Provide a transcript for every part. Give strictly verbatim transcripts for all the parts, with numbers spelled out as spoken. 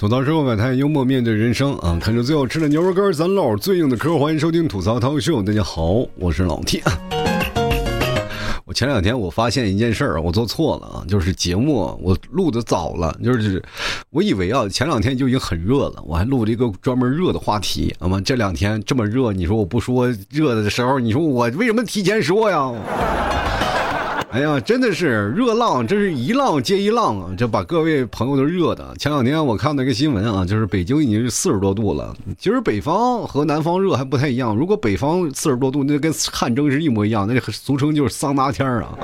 吐槽生活百态，幽默面对人生啊！看着最好吃的牛肉干，咱唠最硬的嗑，欢迎收听吐槽涛秀。大家好，我是老 T。我前两天我发现一件事儿，我做错了啊，就是节目我录的早了，就是我以为啊前两天就已经很热了，我还录了一个专门热的话题。那么这两天这么热，你说我不说热的时候，你说我为什么提前说呀？哎呀，真的是热浪，真是一浪接一浪啊！这把各位朋友都热的。前两天我看到一个新闻啊，就是北京已经是四十多度了。其实北方和南方热还不太一样，如果北方四十多度，那跟汗蒸是一模一样，那俗称就是桑拿天啊。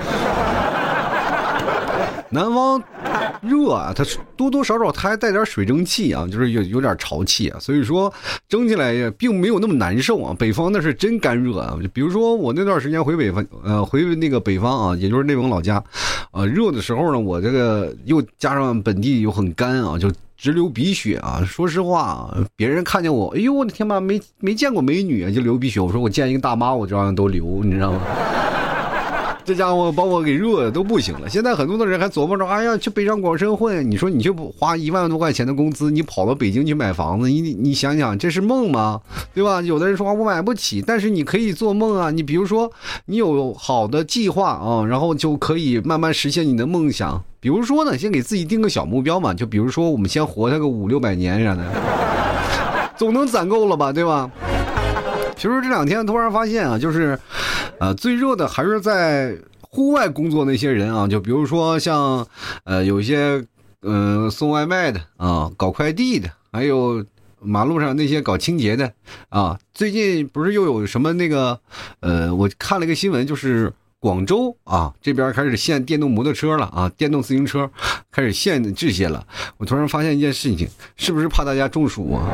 南方热啊，它多多少少它还带点水蒸气啊，就是有有点潮气啊，所以说蒸起来也并没有那么难受啊。北方那是真干热啊，比如说我那段时间回北方，呃，回那个北方啊，也就是内蒙老家，呃，热的时候呢，我这个又加上本地又很干啊，就直流鼻血啊。说实话，别人看见我，哎呦我的天妈，没没见过美女啊，就流鼻血。我说我见一个大妈，我照样都流，你知道吗？这家伙把我给热的都不行了。现在很多的人还琢磨着，哎呀，去北上广深混，你说你就花一万多块钱的工资，你跑到北京去买房子，你你想想，这是梦吗？对吧？有的人说我买不起，但是你可以做梦啊。你比如说，你有好的计划啊，然后就可以慢慢实现你的梦想。比如说呢，先给自己定个小目标嘛，就比如说我们先活它个五六百年啥的，总能攒够了吧，对吧？其实这两天突然发现啊，就是，呃，最热的还是在户外工作那些人啊，就比如说像，呃，有一些，嗯、呃，送外卖的啊，搞快递的，还有马路上那些搞清洁的啊。最近不是又有什么那个，呃，我看了一个新闻，就是广州啊这边开始限电动摩托车了啊，电动自行车开始限这些了。我突然发现一件事情，是不是怕大家中暑啊？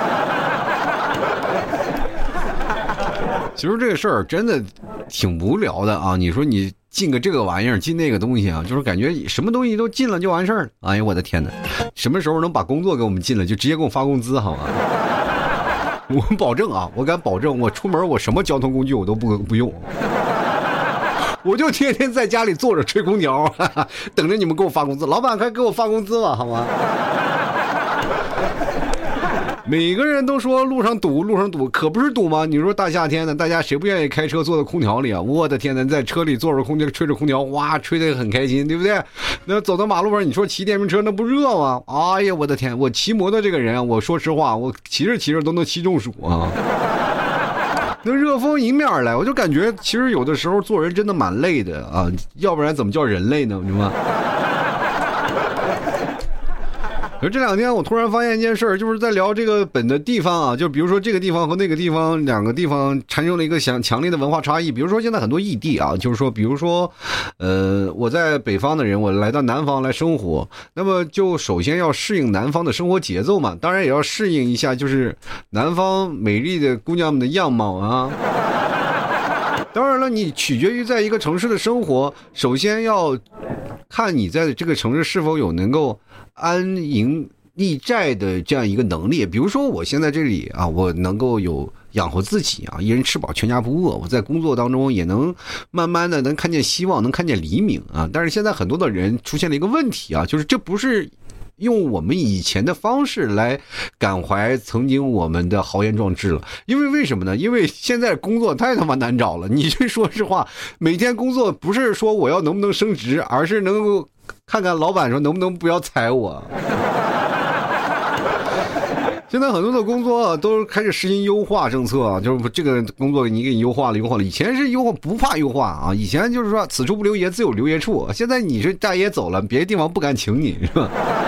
其实这个事儿真的挺无聊的啊！你说你进个这个玩意儿，进那个东西啊，就是感觉什么东西都进了就完事儿了。哎呀，我的天哪！什么时候能把工作给我们进了，就直接给我发工资好吗？我保证啊，我敢保证，我出门我什么交通工具我都不不用，我就天天在家里坐着吹空调，哈哈，等着你们给我发工资。老板，快给我发工资吧，好吗？每个人都说路上堵，路上堵，可不是堵吗？你说大夏天的，大家谁不愿意开车坐在空调里啊？我的天哪，在车里坐着空调，吹着空调，哇，吹得很开心，对不对？那走到马路上，你说骑电瓶车那不热吗？哎呀，我的天！我骑摩托这个人啊，我说实话，我骑着骑着都能骑中暑啊。那热风迎面来，我就感觉其实有的时候做人真的蛮累的啊，要不然怎么叫人类呢？你知道吗？而这两天我突然发现一件事儿，就是在聊这个本的地方啊，就比如说这个地方和那个地方两个地方产生了一个强强烈的文化差异。比如说现在很多异地啊，就是说比如说呃我在北方的人，我来到南方来生活，那么就首先要适应南方的生活节奏嘛，当然也要适应一下就是南方美丽的姑娘们的样貌啊。当然了，你取决于在一个城市的生活，首先要看你在这个城市是否有能够安营立寨的这样一个能力。比如说我现在这里啊，我能够有养活自己啊，一人吃饱全家不饿，我在工作当中也能慢慢的能看见希望，能看见黎明啊。但是现在很多的人出现了一个问题啊，就是这不是用我们以前的方式来感怀曾经我们的豪言壮志了。因为为什么呢？因为现在工作太他妈难找了。你去说实话，每天工作不是说我要能不能升职，而是能够看看老板说能不能不要裁我。现在很多的工作都开始实行优化政策啊，就是这个工作你给你优化了，优化了。以前是优化不怕优化啊，以前就是说此处不留爷，自有留爷处。现在你是大爷走了，别的地方不敢请你，是吧？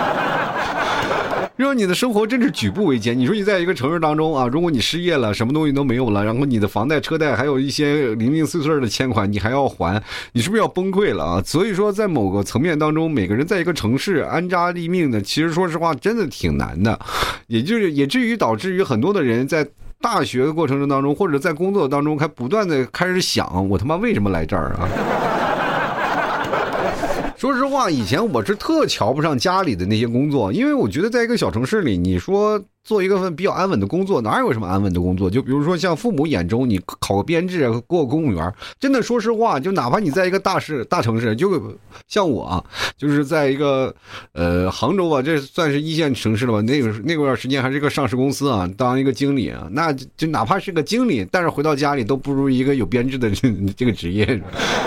让你的生活真是举步维艰。你说你在一个城市当中啊，如果你失业了，什么东西都没有了，然后你的房贷车贷还有一些零零碎碎的欠款你还要还，你是不是要崩溃了啊？所以说在某个层面当中，每个人在一个城市安扎立命的，其实说实话真的挺难的，也就是也至于导致于很多的人在大学的过程当中或者在工作当中还不断的开始想，我他妈为什么来这儿啊？ 说实话，以前我是特瞧不上家里的那些工作，因为我觉得在一个小城市里，你说做一个份比较安稳的工作，哪有什么安稳的工作？就比如说像父母眼中，你考个编制，过个公务员，真的说实话，就哪怕你在一个大市、大城市，就像我啊，就是在一个呃杭州吧，这算是一线城市了吧？那个那段时间还是一个上市公司啊，当一个经理啊，那就哪怕是个经理，但是回到家里都不如一个有编制的这个职业。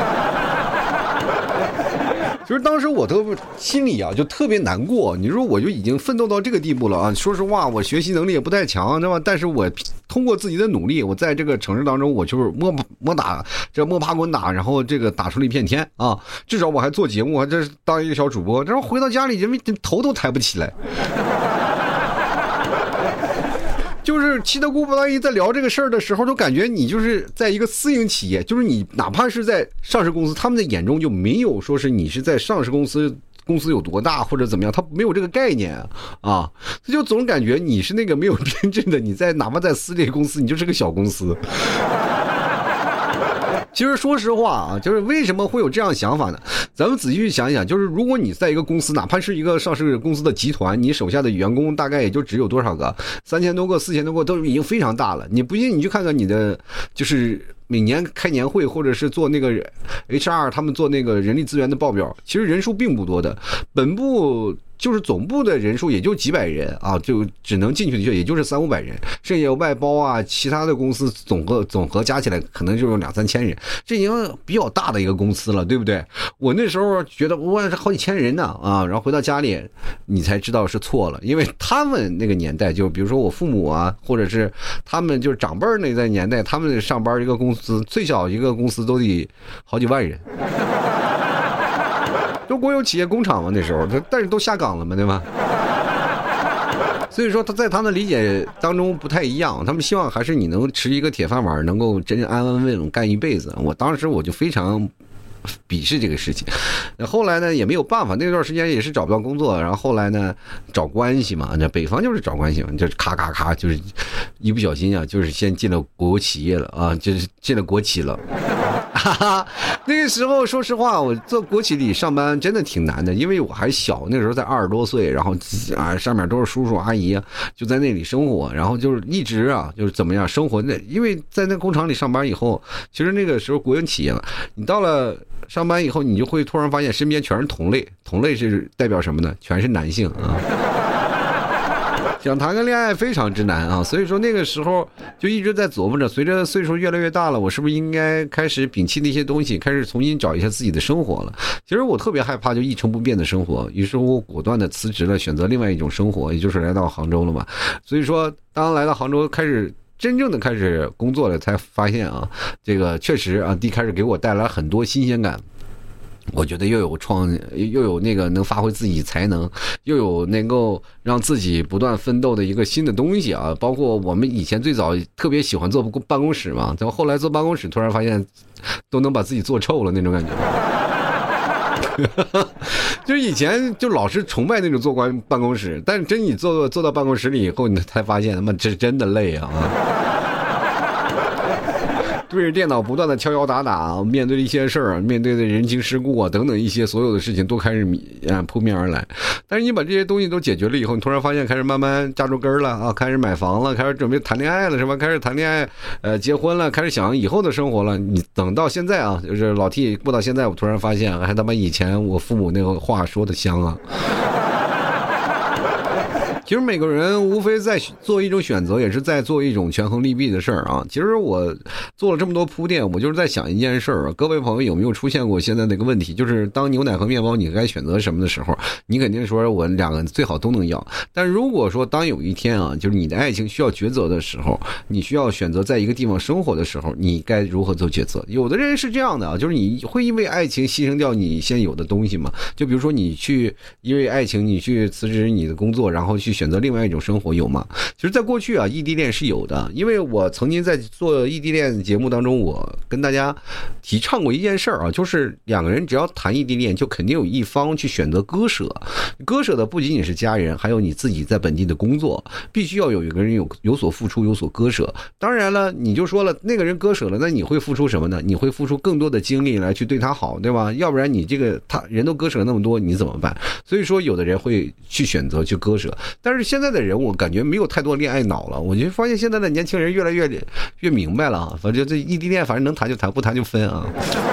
就是当时我都心里啊就特别难过，你说我就已经奋斗到这个地步了啊！说实话，我学习能力也不太强，对吧？但是我通过自己的努力，我在这个城市当中，我就是摸摸打这摸爬滚打，然后这个打出了一片天啊！至少我还做节目，还这当一个小主播，然后回到家里，人们头都抬不起来。就是七大姑八大姨在聊这个事儿的时候，都感觉你就是在一个私营企业，就是你哪怕是在上市公司，他们的眼中就没有说是你是在上市公司，公司有多大或者怎么样，他没有这个概念啊，他就总感觉你是那个没有编制的，你在哪怕在私立公司，你就是个小公司。其实说实话啊，就是为什么会有这样想法呢？咱们仔细去想一想，就是如果你在一个公司，哪怕是一个上市公司的集团，你手下的员工大概也就只有多少个，三千多个、四千多个，都已经非常大了。你不信，你去看看你的，就是每年开年会或者是做那个 H R 他们做那个人力资源的报表，其实人数并不多的，本部就是总部的人数也就几百人啊，就只能进去的也就是三五百人，剩下有外包啊，其他的公司总和总和加起来可能就有两三千人，这已经比较大的一个公司了，对不对？我那时候觉得哇，好几千人呢啊，然后回到家里你才知道是错了，因为他们那个年代，就比如说我父母啊，或者是他们就是长辈那在年代，他们上班一个公司最小一个公司都得好几万人。就国有企业工厂嘛，那时候，但是都下岗了嘛，对吧？所以说他在他的理解当中不太一样，他们希望还是你能持一个铁饭碗，能够真正安安稳稳干一辈子。我当时我就非常鄙视这个事情，后来呢也没有办法，那段时间也是找不到工作，然后后来呢找关系嘛，那北方就是找关系嘛，就是咔咔咔，就是一不小心啊，就是先进了国有企业了啊，就是进了国企了。哈哈，那个时候说实话，我做国企里上班真的挺难的，因为我还小，那时候才二十多岁，然后啊上面都是叔叔阿姨，就在那里生活，然后就是一直啊就是怎么样生活。那因为在那工厂里上班以后，其实那个时候国营企业嘛，你到了上班以后，你就会突然发现身边全是同类，同类是代表什么呢？全是男性啊。想谈个恋爱非常之难啊，所以说那个时候就一直在琢磨着，随着岁数越来越大了，我是不是应该开始摒弃那些东西，开始重新找一下自己的生活了。其实我特别害怕就一成不变的生活，于是我果断的辞职了，选择另外一种生活，也就是来到杭州了嘛。所以说当来到杭州开始真正的开始工作了，才发现啊，这个确实啊，一开始给我带来很多新鲜感。我觉得又有创，又有那个能发挥自己才能，又有能够让自己不断奋斗的一个新的东西啊！包括我们以前最早特别喜欢坐办公室嘛，到后来坐办公室，突然发现都能把自己做臭了那种感觉。就是以前就老是崇拜那种坐关办公室，但是真你坐坐到办公室里以后，你才发现他妈这真的累啊！对着电脑不断的敲敲打打，面对一些事儿，面对的人情世故啊等等一些所有的事情都开始啊扑面而来。但是你把这些东西都解决了以后，你突然发现开始慢慢扎住根了啊，开始买房了，开始准备谈恋爱了，是吧？开始谈恋爱，呃，结婚了，开始想以后的生活了。你等到现在啊，就是老 T 过到现在，我突然发现还他妈以前我父母那个话说的香啊。其实每个人无非在做一种选择，也是在做一种权衡利弊的事儿啊。其实我做了这么多铺垫，我就是在想一件事儿啊。各位朋友有没有出现过现在那个问题，就是当牛奶和面包你该选择什么的时候，你肯定说我两个最好都能要。但如果说当有一天啊，就是你的爱情需要抉择的时候，你需要选择在一个地方生活的时候，你该如何做抉择？有的人是这样的啊，就是你会因为爱情牺牲掉你现有的东西吗？就比如说你去因为爱情你去辞职你的工作，然后去选择另外一种生活，有吗？其实在过去啊，异地恋是有的，因为我曾经在做异地恋节目当中，我跟大家提倡过一件事儿啊，就是两个人只要谈异地恋，就肯定有一方去选择割舍， 割舍的不仅仅是家人，还有你自己在本地的工作，必须要有一个人有有所付出，有所割舍。当然了，你就说了，那个人割舍了，那你会付出什么呢？你会付出更多的精力来去对他好，对吧？要不然你这个他人都割舍那么多，你怎么办？所以说，有的人会去选择去割舍，但是现在的人，我感觉没有太多恋爱脑了。我就发现现在的年轻人越来越越明白了啊，反正这异地恋，反正能谈就谈，不谈就分啊。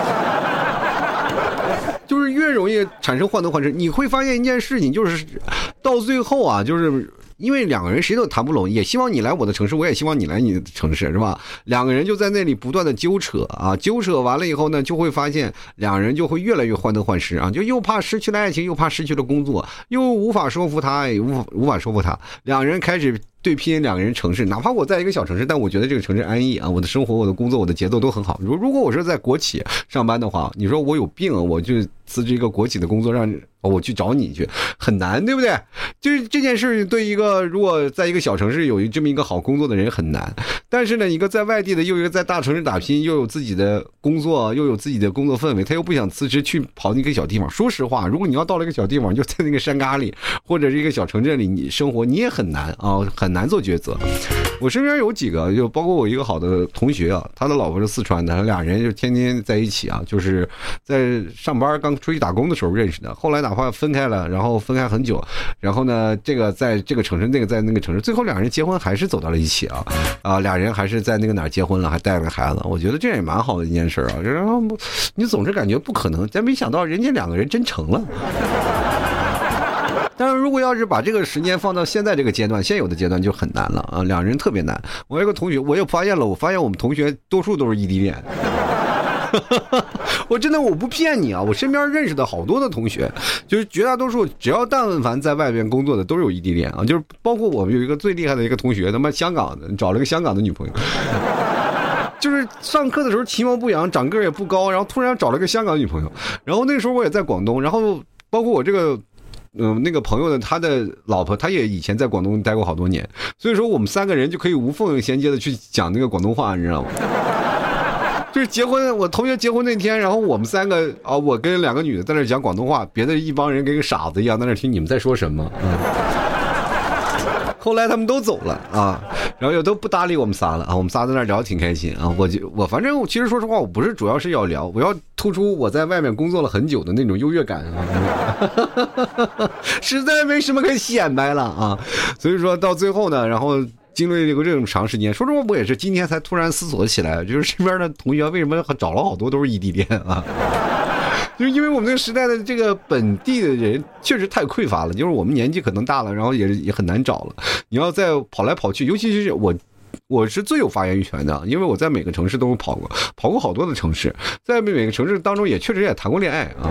就是越容易产生患得患失。你会发现一件事情，就是到最后啊，就是因为两个人谁都谈不拢，也希望你来我的城市，我也希望你来你的城市，是吧？两个人就在那里不断的纠扯啊，纠扯完了以后呢，就会发现两人就会越来越患得患失啊，就又怕失去了爱情，又怕失去了工作，又无法说服他，也无法无法说服他，两人开始对拼两个人城市。哪怕我在一个小城市，但我觉得这个城市安逸啊，我的生活、我的工作、我的节奏都很好。如如果我是在国企上班的话，你说我有病，我就辞职一个国企的工作，让我去找你去，很难，对不对？就是这件事对一个如果在一个小城市有这么一个好工作的人很难，但是呢，一个在外地的，又一个在大城市打拼，又有自己的工作，又有自己的工作氛围，他又不想辞职去跑那个小地方。说实话，如果你要到了一个小地方，就在那个山咖里或者是一个小城镇里，你生活你也很难啊，很难做抉择。我身边有几个，就包括我一个好的同学啊，他的老婆是四川的，俩人就天天在一起啊，就是在上班刚出去打工的时候认识的，后来哪怕分开了，然后分开很久，然后呢，这个在这个城市，那个在那个城市，最后两人结婚还是走到了一起啊啊，俩人还是在那个哪儿结婚了，还带了个孩子，我觉得这也蛮好的一件事啊。然后你总是感觉不可能，但没想到人家两个人真成了。但是如果要是把这个时间放到现在这个阶段，现有的阶段就很难了啊，两人特别难。我有个同学，我也发现了，我发现我们同学多数都是异地恋。我真的我不骗你啊，我身边认识的好多的同学，就是绝大多数只要但凡在外边工作的都有异地恋啊，就是包括我们有一个最厉害的一个同学，他妈香港的找了个香港的女朋友。就是上课的时候其貌不扬，长个也不高，然后突然找了个香港女朋友，然后那个时候我也在广东，然后包括我这个嗯，那个朋友呢，他的老婆，他也以前在广东待过好多年，所以说我们三个人就可以无缝衔接的去讲那个广东话，你知道吗？就是结婚，我同学结婚那天，然后我们三个啊，我跟两个女的在那讲广东话，别的一帮人跟个傻子一样在那听你们在说什么。嗯，后来他们都走了啊，然后又都不搭理我们仨了啊，我们仨在那聊得挺开心啊。我就我反正其实说实话，我不是主要是要聊，我要突出我在外面工作了很久的那种优越感啊，实在没什么可显摆了啊。所以说到最后呢，然后经历了这种长时间，说实话我也是今天才突然思索起来，就是身边的同学为什么找了好多都是异地恋啊。就是因为我们那个时代的这个本地的人确实太匮乏了，就是我们年纪可能大了，然后也也很难找了。你要再跑来跑去，尤其是我，我是最有发言权的，因为我在每个城市都有跑过，跑过好多的城市，在每个城市当中也确实也谈过恋爱啊。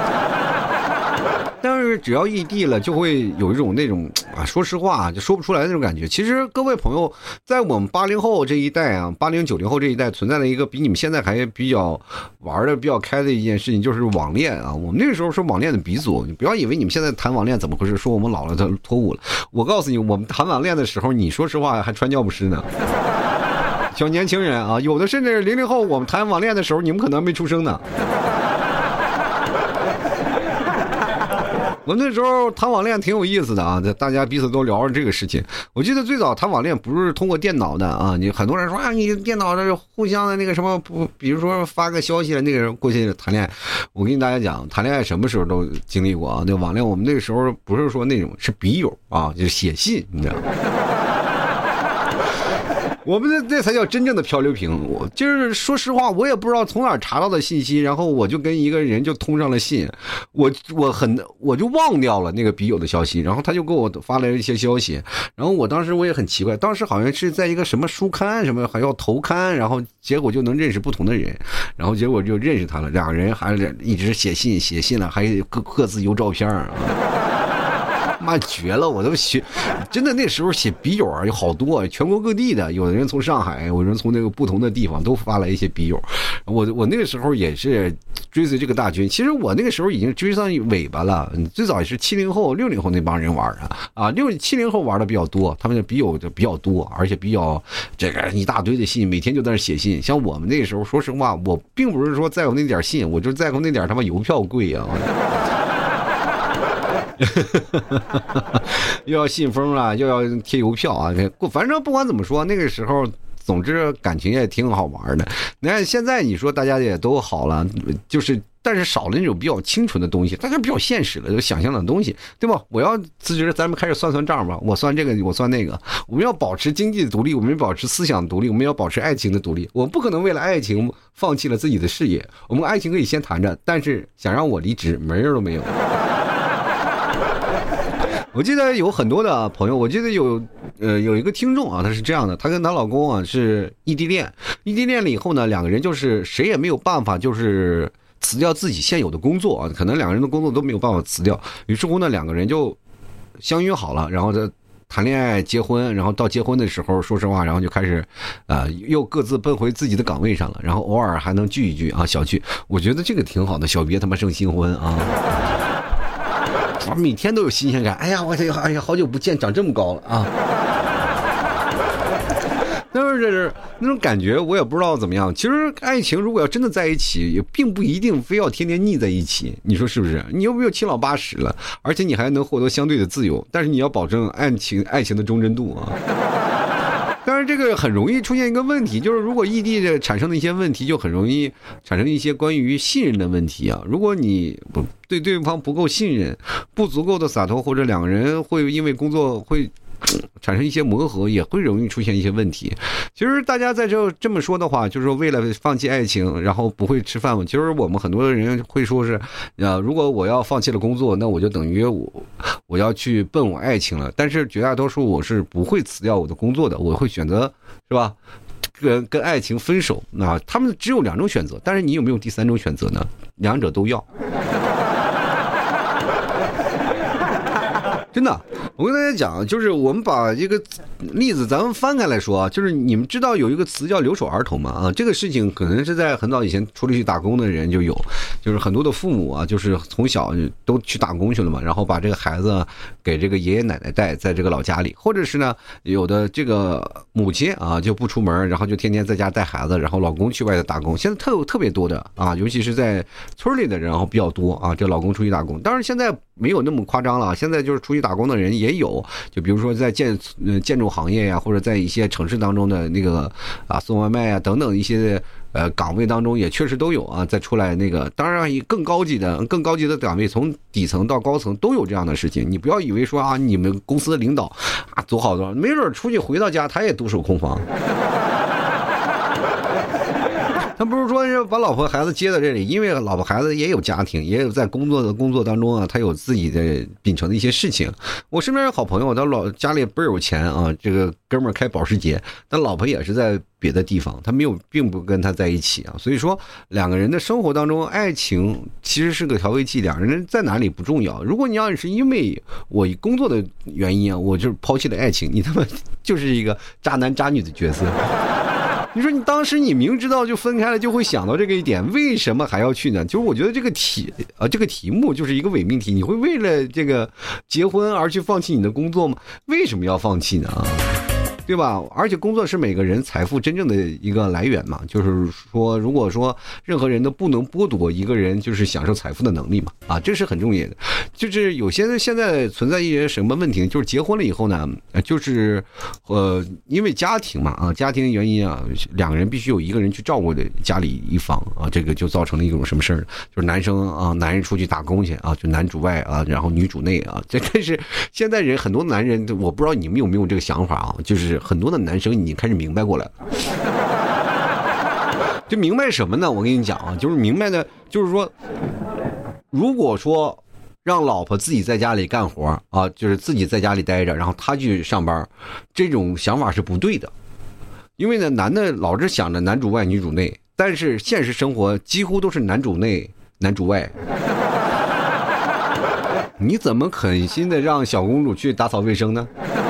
但是只要异地了，就会有一种那种啊，说实话就说不出来的那种感觉。其实各位朋友，在我们八零后这一代啊，八零九零后这一代存在了一个比你们现在还比较玩的比较开的一件事情，就是网恋啊。我们那个时候是网恋的鼻祖，你不要以为你们现在谈网恋怎么回事，说我们老了的脱伍了。我告诉你，我们谈网恋的时候，你说实话还穿尿不湿呢。小年轻人啊，有的甚至零零后，我们谈网恋的时候，你们可能没出生呢。我那时候谈网恋挺有意思的啊，大家彼此都聊着这个事情。我记得最早谈网恋不是通过电脑的啊，你很多人说啊，你电脑的互相的那个什么，比如说发个消息了，那个人过去谈恋爱。我跟大家讲，谈恋爱什么时候都经历过啊。那网恋我们那个时候不是说那种是笔友啊，就是写信，你知道吗？我们这这才叫真正的漂流瓶。我就是说实话，我也不知道从哪儿查到的信息，然后我就跟一个人就通上了信，我我很我就忘掉了那个笔友的消息，然后他就给我发来了一些消息，然后我当时我也很奇怪，当时好像是在一个什么书刊什么还要投刊，然后结果就能认识不同的人，然后结果就认识他了，两个人还一直写信写信了，还各各自邮照片啊。妈绝了！我都学，真的那时候写笔友啊有好多，全国各地的，有的人从上海，有人从那个不同的地方都发来一些笔友。我我那个时候也是追随这个大军，其实我那个时候已经追上尾巴了。最早也是七零后、六零后那帮人玩的啊，六七零后玩的比较多，他们的笔友就比较多，而且比较这个一大堆的信，每天就在那写信。像我们那个时候，说实话，我并不是说在乎那点信，我就在乎那点他妈邮票贵啊。 又要信封啊，又要贴邮票啊，反正不管怎么说，那个时候。总之感情也挺好玩的。你看现在你说大家也都好了，就是但是少了那种比较清纯的东西，大家比较现实了，有想象的东西，对吧？我要辞职，咱们开始算算账吧，我算这个，我算那个。我们要保持经济的独立，我们要保持思想独立，我们要保持爱情的独立。我们不可能为了爱情放弃了自己的事业。我们爱情可以先谈着，但是想让我离职，门儿都没有。我记得有很多的朋友，我记得有呃有一个听众啊，她是这样的，她跟她老公啊是异地恋，异地恋了以后呢，两个人就是谁也没有办法就是辞掉自己现有的工作啊，可能两个人的工作都没有办法辞掉，于是乎呢，两个人就相约好了，然后再谈恋爱结婚，然后到结婚的时候，说实话，然后就开始呃又各自奔回自己的岗位上了，然后偶尔还能聚一聚啊，小聚，我觉得这个挺好的，小别他妈胜新婚啊。每天都有新鲜感，哎呀，我这哎呀，好久不见，长这么高了啊！但是这是那种感觉，我也不知道怎么样。其实爱情如果要真的在一起，也并不一定非要天天腻在一起，你说是不是？你又没有七老八十了，而且你还能获得相对的自由，但是你要保证爱情爱情的忠贞度啊。当然这个很容易出现一个问题，就是如果异地的产生的一些问题，就很容易产生一些关于信任的问题啊。如果你不对对方不够信任，不足够的洒脱，或者两个人会因为工作会产生一些磨合，也会容易出现一些问题。其实大家在这这么说的话，就是说为了放弃爱情，然后不会吃饭嘛。其实我们很多人会说是，呃，如果我要放弃了工作，那我就等于我我要去奔我爱情了。但是绝大多数我是不会辞掉我的工作的，我会选择是吧？跟跟爱情分手。那他们只有两种选择，但是你有没有第三种选择呢？两者都要。真的，我跟大家讲，就是我们把这个例子咱们翻开来说啊，就是你们知道有一个词叫留守儿童吗？啊，这个事情可能是在很早以前出去打工的人就有，就是很多的父母啊，就是从小都去打工去了嘛，然后把这个孩子给这个爷爷奶奶带在这个老家里，或者是呢，有的这个母亲啊就不出门，然后就天天在家带孩子，然后老公去外头打工。现在特有特别多的啊，尤其是在村里的人，然后比较多啊，这老公出去打工。当然现在没有那么夸张了，现在就是出去打工的人也有，就比如说在建呃建筑行业呀，或者在一些城市当中的那个啊送外卖啊等等一些呃岗位当中也确实都有啊，再出来那个当然更高级的更高级的岗位，从底层到高层都有这样的事情。你不要以为说啊你们公司的领导啊多好多好，没准出去回到家他也独守空房。他不是说是把老婆孩子接到这里，因为老婆孩子也有家庭，也有在工作的工作当中啊，他有自己的秉承的一些事情。我身边有好朋友，他老家里倍儿有钱啊，这个哥们儿开保时捷，但老婆也是在别的地方，他没有并不跟他在一起啊。所以说两个人的生活当中，爱情其实是个调味剂，两个人在哪里不重要。如果你要是因为我工作的原因啊，我就是抛弃了爱情，你他妈就是一个渣男渣女的角色。你说你当时你明知道就分开了，就会想到这个一点，为什么还要去呢？就是我觉得这个题啊，这个题目就是一个伪命题。你会为了这个结婚而去放弃你的工作吗？为什么要放弃呢？对吧？而且工作是每个人财富真正的一个来源嘛，就是说如果说任何人都不能剥夺一个人就是享受财富的能力嘛，啊，这是很重要的。就是有些现在存在一些什么问题，就是结婚了以后呢，就是呃因为家庭嘛，啊家庭原因啊，两个人必须有一个人去照顾的家里一方啊，这个就造成了一种什么事儿，就是男生啊男人出去打工去啊，就男主外啊，然后女主内啊，这真是现在人很多男人，我不知道你们有没有这个想法啊，就是很多的男生已经开始明白过来了。这明白什么呢？我跟你讲啊，就是明白的，就是说，如果说让老婆自己在家里干活啊，就是自己在家里待着，然后他去上班，这种想法是不对的。因为呢，男的老是想着男主外女主内，但是现实生活几乎都是男主内男主外。你怎么狠心的让小公主去打扫卫生呢？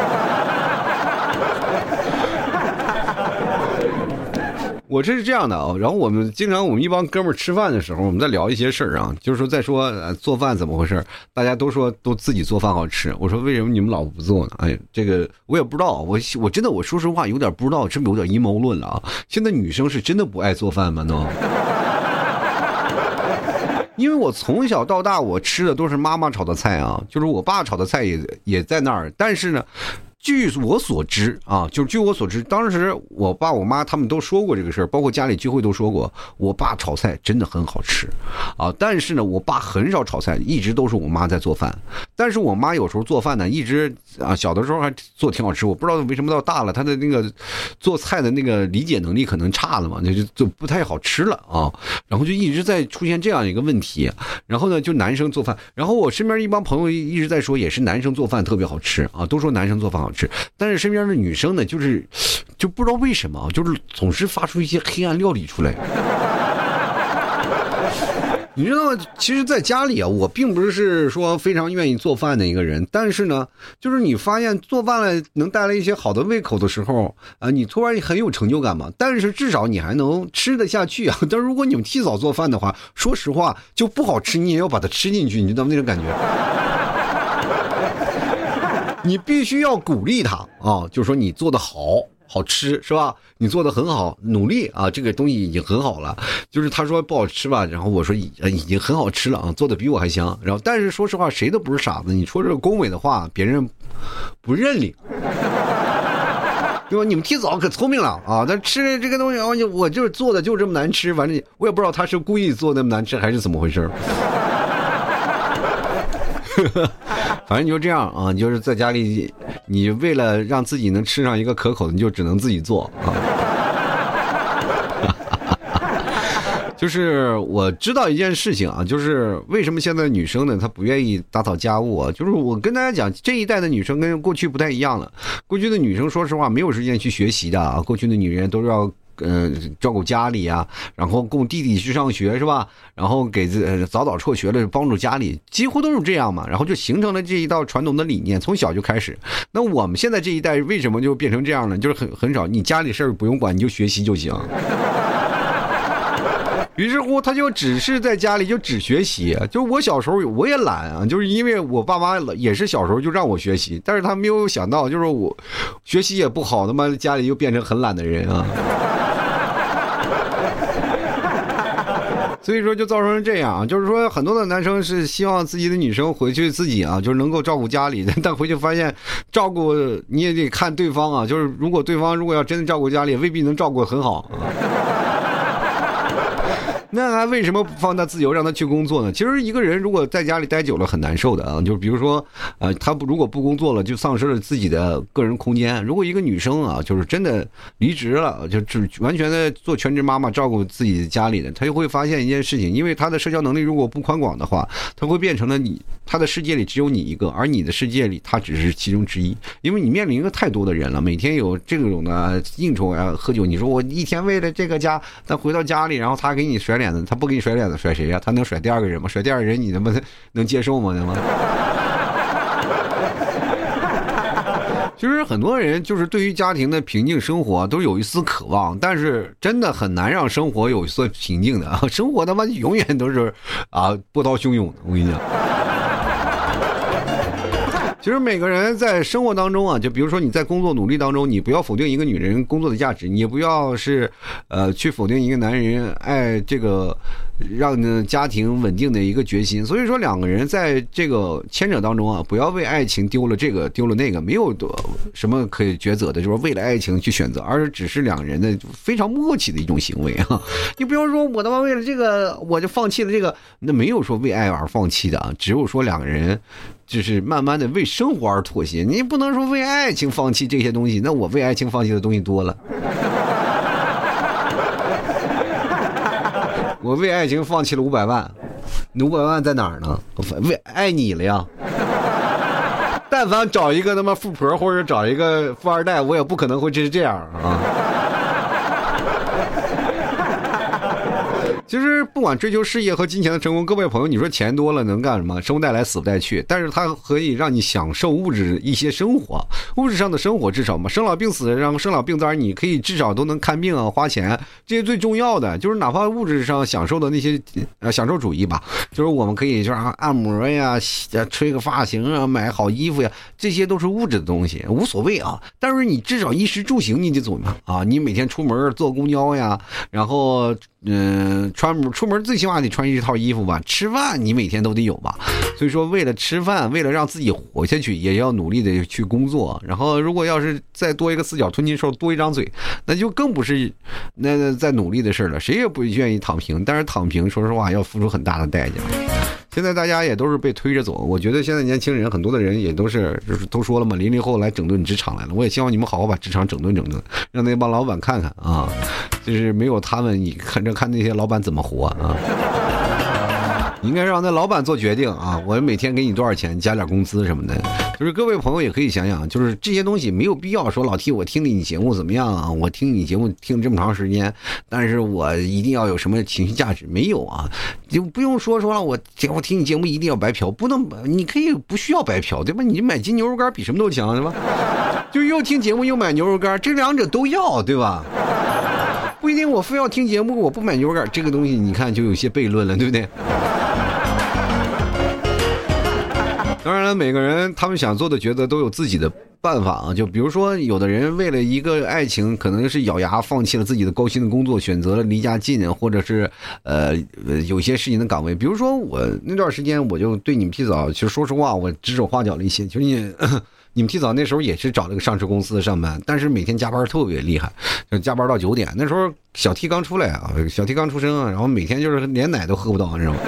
我这是这样的啊，然后我们经常我们一帮哥们儿吃饭的时候，我们在聊一些事儿啊，就是说在说、呃、做饭怎么回事，大家都说都自己做饭好吃。我说为什么你们老不做呢？哎，这个我也不知道，我我真的我说实话有点不知道，是不是有点阴谋论了啊？现在女生是真的不爱做饭吗？呢？ 因为我从小到大我吃的都是妈妈炒的菜啊，就是我爸炒的菜也也在那儿，但是呢。据我所知啊，就是据我所知，当时我爸我妈他们都说过这个事儿，包括家里聚会都说过，我爸炒菜真的很好吃啊。但是呢，我爸很少炒菜，一直都是我妈在做饭。但是我妈有时候做饭呢，一直啊小的时候还做挺好吃，我不知道为什么到大了，她的那个做菜的那个理解能力可能差了嘛，就就就不太好吃了啊。然后就一直在出现这样一个问题。然后呢，就男生做饭，然后我身边一帮朋友一直在说，也是男生做饭特别好吃啊，都说男生做饭好吃。但是身边的女生呢，就是就不知道为什么，就是总是发出一些黑暗料理出来。你知道，其实在家里啊，我并不是说非常愿意做饭的一个人，但是呢，就是你发现做饭了能带来一些好的胃口的时候啊，你突然很有成就感嘛。但是至少你还能吃得下去啊。但如果你们提早做饭的话，说实话就不好吃，你也要把它吃进去，你知道那种感觉。你必须要鼓励他啊，就是说你做的好好吃是吧？你做的很好，努力啊，这个东西已经很好了。就是他说不好吃吧，然后我说已已经很好吃了啊，做的比我还香。然后但是说实话，谁都不是傻子，你说这个恭维的话，别人不认领。对吧？你们提早可聪明了啊！但吃这个东西，我就是做的就这么难吃，反正我也不知道他是故意做那么难吃还是怎么回事。反正就这样啊，你就是在家里，你为了让自己能吃上一个可口的，你就只能自己做啊。就是我知道一件事情啊，就是为什么现在的女生呢，她不愿意打扫家务啊？就是我跟大家讲，这一代的女生跟过去不太一样了。过去的女生说实话没有时间去学习的啊，过去的女人都是要。嗯、呃，照顾家里啊，然后供弟弟去上学是吧？然后给自、呃、早早辍学了，帮助家里，几乎都是这样嘛。然后就形成了这一道传统的理念，从小就开始。那我们现在这一代为什么就变成这样呢？就是很很少，你家里事儿不用管，你就学习就行。于是乎，他就只是在家里就只学习。就是我小时候我也懒啊，就是因为我爸妈也是小时候就让我学习，但是他没有想到，就是我学习也不好，他妈家里又变成很懒的人啊。所以说就造成这样，就是说很多的男生是希望自己的女生回去自己啊，就是能够照顾家里的，但回去发现照顾你也得看对方啊，就是如果对方如果要真的照顾家里，未必能照顾得很好。那他为什么不放他自由让他去工作呢？其实一个人如果在家里待久了很难受的啊，就是比如说呃，他不如果不工作了就丧失了自己的个人空间。如果一个女生啊就是真的离职了，就只完全的做全职妈妈照顾自己家里的，她就会发现一件事情，因为她的社交能力如果不宽广的话，她会变成了你她的世界里只有你一个，而你的世界里她只是其中之一。因为你面临一个太多的人了，每天有这种的应酬啊喝酒，你说我一天为了这个家，但回到家里然后他给你甩脸子，他不给你甩脸子甩谁呀、啊？他能甩第二个人吗？甩第二个人你他妈能接受吗？吗？其实很多人就是对于家庭的平静生活都有一丝渴望，但是真的很难让生活有一丝平静的啊！生活他妈永远都是啊波涛汹涌的，我跟你讲。其实每个人在生活当中啊，就比如说你在工作努力当中，你不要否定一个女人工作的价值，你也不要是呃去否定一个男人爱这个让家庭稳定的一个决心。所以说两个人在这个牵扯当中啊，不要为爱情丢了这个丢了那个，没有什么可以抉择的，就是为了爱情去选择，而只是两个人的非常默契的一种行为啊。你不要说我他妈为了这个我就放弃了这个，那没有说为爱而放弃的啊，只有说两个人就是慢慢的为生活而妥协。你不能说为爱情放弃这些东西，那我为爱情放弃的东西多了。我为爱情放弃了五百万，五百万在哪儿呢？为爱你了呀。但凡找一个他妈富婆或者找一个富二代，我也不可能会是这样啊。其实不管追求事业和金钱的成功，各位朋友，你说钱多了能干什么？生不带来死不带去，但是它可以让你享受物质一些生活，物质上的生活至少嘛，生老病死，然后生老病灾你可以至少都能看病啊，花钱，这些最重要的就是哪怕物质上享受的那些呃享受主义吧，就是我们可以就是按摩呀、吹个发型啊、买好衣服呀，这些都是物质的东西，无所谓啊。但是你至少衣食住行你得走嘛啊，你每天出门坐公交呀，然后嗯、呃，穿出门最起码得穿一套衣服吧，吃饭你每天都得有吧。所以说，为了吃饭，为了让自己活下去，也要努力的去工作。然后，如果要是再多一个四脚吞金兽，多一张嘴，那就更不是那在努力的事了。谁也不愿意躺平，但是躺平，说实话要付出很大的代价。现在大家也都是被推着走，我觉得现在年轻人很多的人也都是，就是都说了嘛，零零后来整顿职场来了。我也希望你们好好把职场整顿整顿，让那帮老板看看啊，就是没有他们，你看着看那些老板怎么活啊。你应该让那老板做决定啊！我每天给你多少钱，加点工资什么的。就是各位朋友也可以想想，就是这些东西没有必要说老T我听你节目怎么样啊？我听你节目听这么长时间，但是我一定要有什么情绪价值？没有啊，就不用说说了我我听你节目一定要白嫖，不能，你可以不需要白嫖，对吧？你买斤牛肉干比什么都强，对吧？就又听节目又买牛肉干，这两者都要，对吧？不一定我非要听节目，我不买牛肉干，这个东西你看就有些悖论了，对不对？当然了，每个人他们想做的抉择都有自己的办法啊。就比如说，有的人为了一个爱情，可能是咬牙放弃了自己的高薪的工作，选择了离家近，或者是呃有些事情的岗位。比如说我那段时间，我就对你们提早，其实说实话，我指手画脚了一些。就是你你们提早那时候也是找了个上市公司上班，但是每天加班特别厉害，就加班到九点。那时候小 T 刚出来啊，小 T 刚出生啊，然后每天就是连奶都喝不到，你知道吗？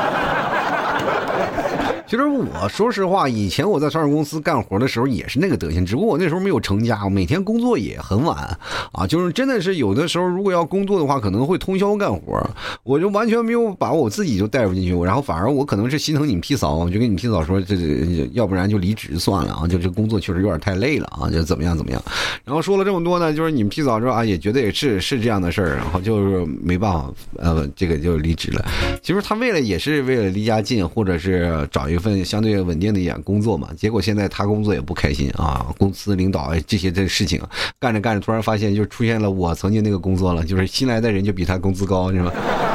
其实我说实话，以前我在上市公司干活的时候也是那个德行，只不过我那时候没有成家，我每天工作也很晚啊，就是真的是有的时候如果要工作的话，可能会通宵干活，我就完全没有把我自己就带入进去，然后反而我可能是心疼你们P嫂，我就跟你们P嫂说，这要不然就离职算了啊，就这工作确实有点太累了啊，就怎么样怎么样。然后说了这么多呢，就是你们P嫂说啊，也觉得也是是这样的事儿，然后就是没办法，呃，这个就离职了。其实他为了也是为了离家近，或者是找一个份相对稳定的一点工作嘛，结果现在他工作也不开心啊，公司领导这些这事情干着干着，突然发现就出现了我曾经那个工作了，就是新来的人就比他工资高，是吧？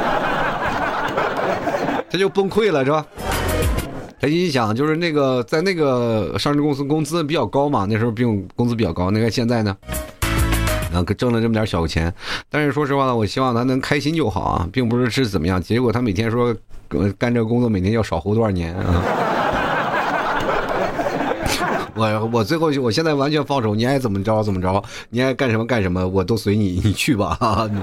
他就崩溃了，是吧？他心想就是那个在那个上市公司工资比较高嘛，那时候比工资比较高，那个现在呢？然后挣了这么点小钱，但是说实话呢，我希望他能开心就好啊，并不是是怎么样。结果他每天说干这个工作每天要少活多少年啊！我我最后我现在完全放手，你爱怎么着怎么着，你爱干什么干什么，我都随你，你去吧。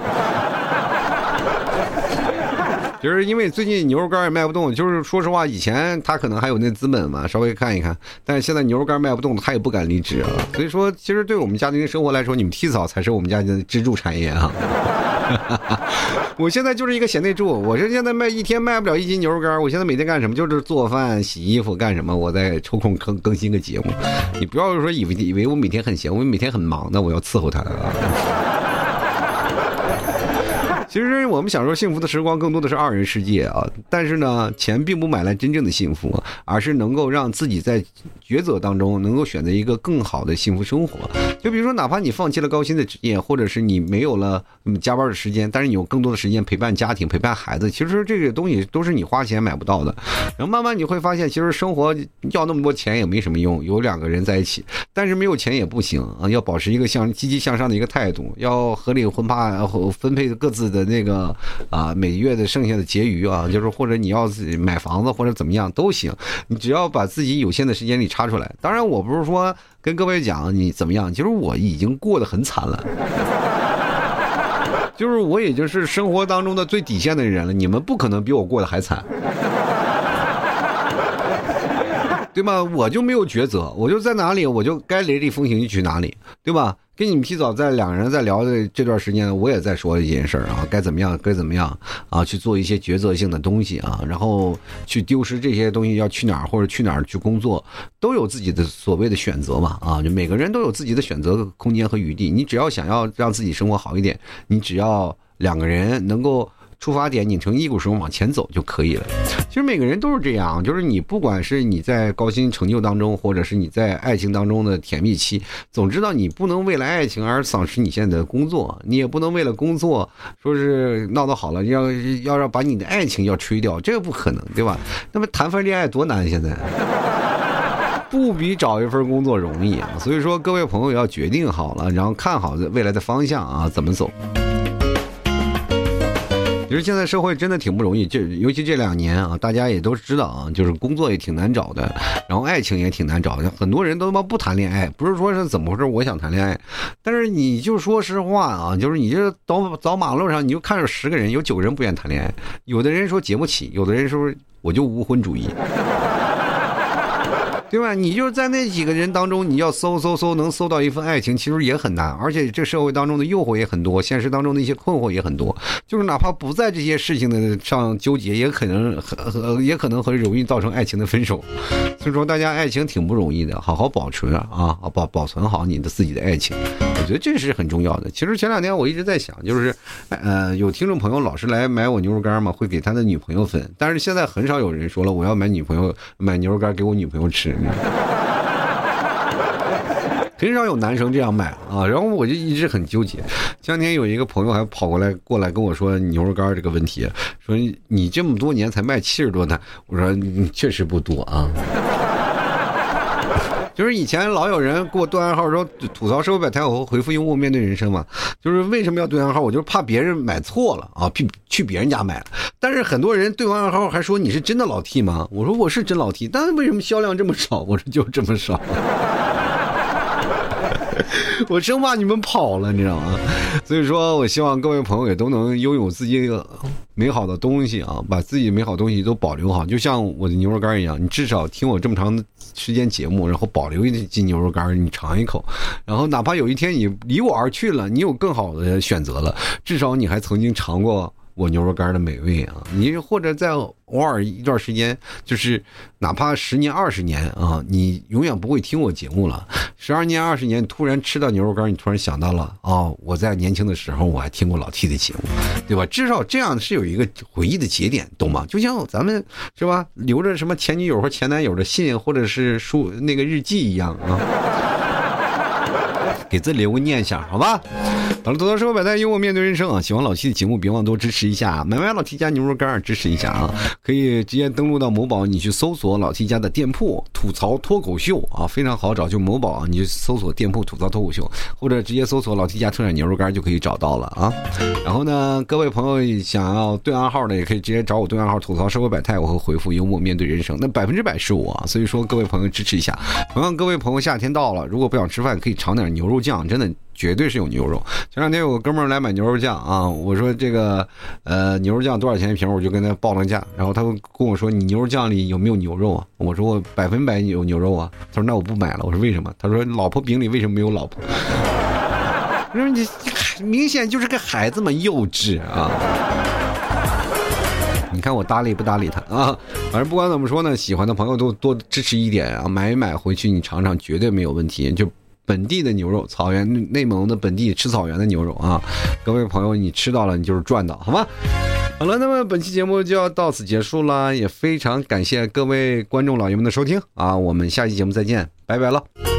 就是因为最近牛肉干也卖不动，就是说实话，以前他可能还有那资本嘛，稍微看一看，但是现在牛肉干卖不动，他也不敢离职啊。所以说，其实对我们家庭生活来说，你们T嫂才是我们家的支柱产业啊。我现在就是一个贤内助，我是现在卖一天卖不了一斤牛肉干，我现在每天干什么？就是做饭、洗衣服，干什么？我在抽空更更新个节目。你不要说以为以为我每天很闲，我每天很忙的，我要伺候他啊。其实我们享受幸福的时光更多的是二人世界啊，但是呢，钱并不买来真正的幸福，而是能够让自己在抉择当中能够选择一个更好的幸福生活。就比如说，哪怕你放弃了高薪的职业，或者是你没有了加班的时间，但是你有更多的时间陪伴家庭、陪伴孩子，其实这个东西都是你花钱买不到的。然后慢慢你会发现，其实生活要那么多钱也没什么用，有两个人在一起，但是没有钱也不行啊，要保持一个向积极向上的一个态度，要合理分配分配各自的那个啊每月的剩下的结余啊，就是或者你要买房子或者怎么样都行，你只要把自己有限的时间里插出来。当然我不是说跟各位讲你怎么样，其实我已经过得很惨了，就是我已经是生活当中的最底线的人了，你们不可能比我过得还惨，对吧？我就没有抉择，我就在哪里我就该雷厉风行就去哪里，对吧？跟你们提早在两个人在聊的这段时间，我也在说一件事儿啊，该怎么样该怎么样啊，去做一些抉择性的东西啊，然后去丢失这些东西要去哪儿或者去哪儿去工作，都有自己的所谓的选择嘛啊，就每个人都有自己的选择空间和余地。你只要想要让自己生活好一点，你只要两个人能够出发点拧成一股绳往前走就可以了。其实每个人都是这样，就是你不管是你在高薪成就当中，或者是你在爱情当中的甜蜜期，总知道你不能为了爱情而丧失你现在的工作，你也不能为了工作说是闹得好了要要让把你的爱情要吹掉，这个不可能，对吧？那么谈份恋爱多难，现在不比找一份工作容易啊。所以说各位朋友要决定好了，然后看好未来的方向啊，怎么走。 其实现在社会真的挺不容易，这尤其这两年啊，大家也都知道啊，就是工作也挺难找的，然后爱情也挺难找的，很多人都他妈不谈恋爱，不是说是怎么回事，我想谈恋爱，但是你就说实话啊，就是你这走走马路上，你就看着十个人，有九个人不愿意谈恋爱，有的人说结不起，有的人说我就无婚主义。对吧？你就是在那几个人当中，你要搜搜搜，能搜到一份爱情，其实也很难。而且这社会当中的诱惑也很多，现实当中的一些困惑也很多。就是哪怕不在这些事情的上纠结，也可能很也可能很容易造成爱情的分手。所以说，大家爱情挺不容易的，好好保存啊，保保存好你的自己的爱情，我觉得这是很重要的。其实前两天我一直在想，就是呃，有听众朋友老是来买我牛肉干嘛，会给他的女朋友分，但是现在很少有人说了，我要买女朋友买牛肉干给我女朋友吃。很少有男生这样买啊，然后我就一直很纠结。前两天有一个朋友还跑过来过来跟我说牛肉干这个问题，说你这么多年才卖七十多呢，我说确实不多啊。就是以前老有人给我对暗号说吐槽社会百态，我回复幽默面对人生嘛。就是为什么要对暗号？我就是怕别人买错了啊，去去别人家买了。但是很多人对完暗号还说你是真的老 T 吗？我说我是真老 T， 但是为什么销量这么少？我说就这么少。我生怕你们跑了，你知道吗？所以说我希望各位朋友也都能拥有自己美好的东西啊，把自己美好东西都保留好，就像我的牛肉干一样，你至少听我这么长时间节目，然后保留一斤牛肉干，你尝一口，然后哪怕有一天你离我而去了，你有更好的选择了，至少你还曾经尝过我牛肉干的美味啊！你或者在偶尔一段时间，就是哪怕十年二十年啊，你永远不会听我节目了。十二年二十年，你突然吃到牛肉干，你突然想到了啊、哦，我在年轻的时候我还听过老 T 的节目，对吧？至少这样是有一个回忆的节点，懂吗？就像咱们是吧，留着什么前女友或前男友的信，或者是书那个日记一样啊。给自己留个念想，好吧？好了，吐槽社会百态，幽默面对人生啊！喜欢老 T 的节目，别忘多支持一下，买买老 T 家牛肉干支持一下啊！可以直接登录到某宝，你去搜索老 T 家的店铺吐槽脱口秀啊，非常好找，就某宝你就搜索店铺吐槽脱口秀，或者直接搜索老 T 家特产牛肉干就可以找到了啊！然后呢，各位朋友想要对暗号的，也可以直接找我对暗号吐槽社会百态，我会回复幽默面对人生，那百分之百是我，所以说各位朋友支持一下。同样，各位朋友夏天到了，如果不想吃饭，可以尝点牛肉酱，真的绝对是有牛肉。前两天有个哥们儿来买牛肉酱啊，我说这个呃牛肉酱多少钱一瓶，我就跟他报了价，然后他跟我说你牛肉酱里有没有牛肉啊？我说我百分百有牛肉啊。他说那我不买了。我说为什么？他说老婆饼里为什么没有老婆？我说你明显就是个孩子嘛，幼稚啊！你看我搭理不搭理他啊？反正不管怎么说呢，喜欢的朋友都多支持一点啊，买一买回去你尝尝，绝对没有问题。就本地的牛肉，草原内蒙的本地吃草原的牛肉啊，各位朋友你吃到了你就是赚到，好吗？好了，那么本期节目就要到此结束了，也非常感谢各位观众老爷们的收听啊，我们下期节目再见，拜拜了。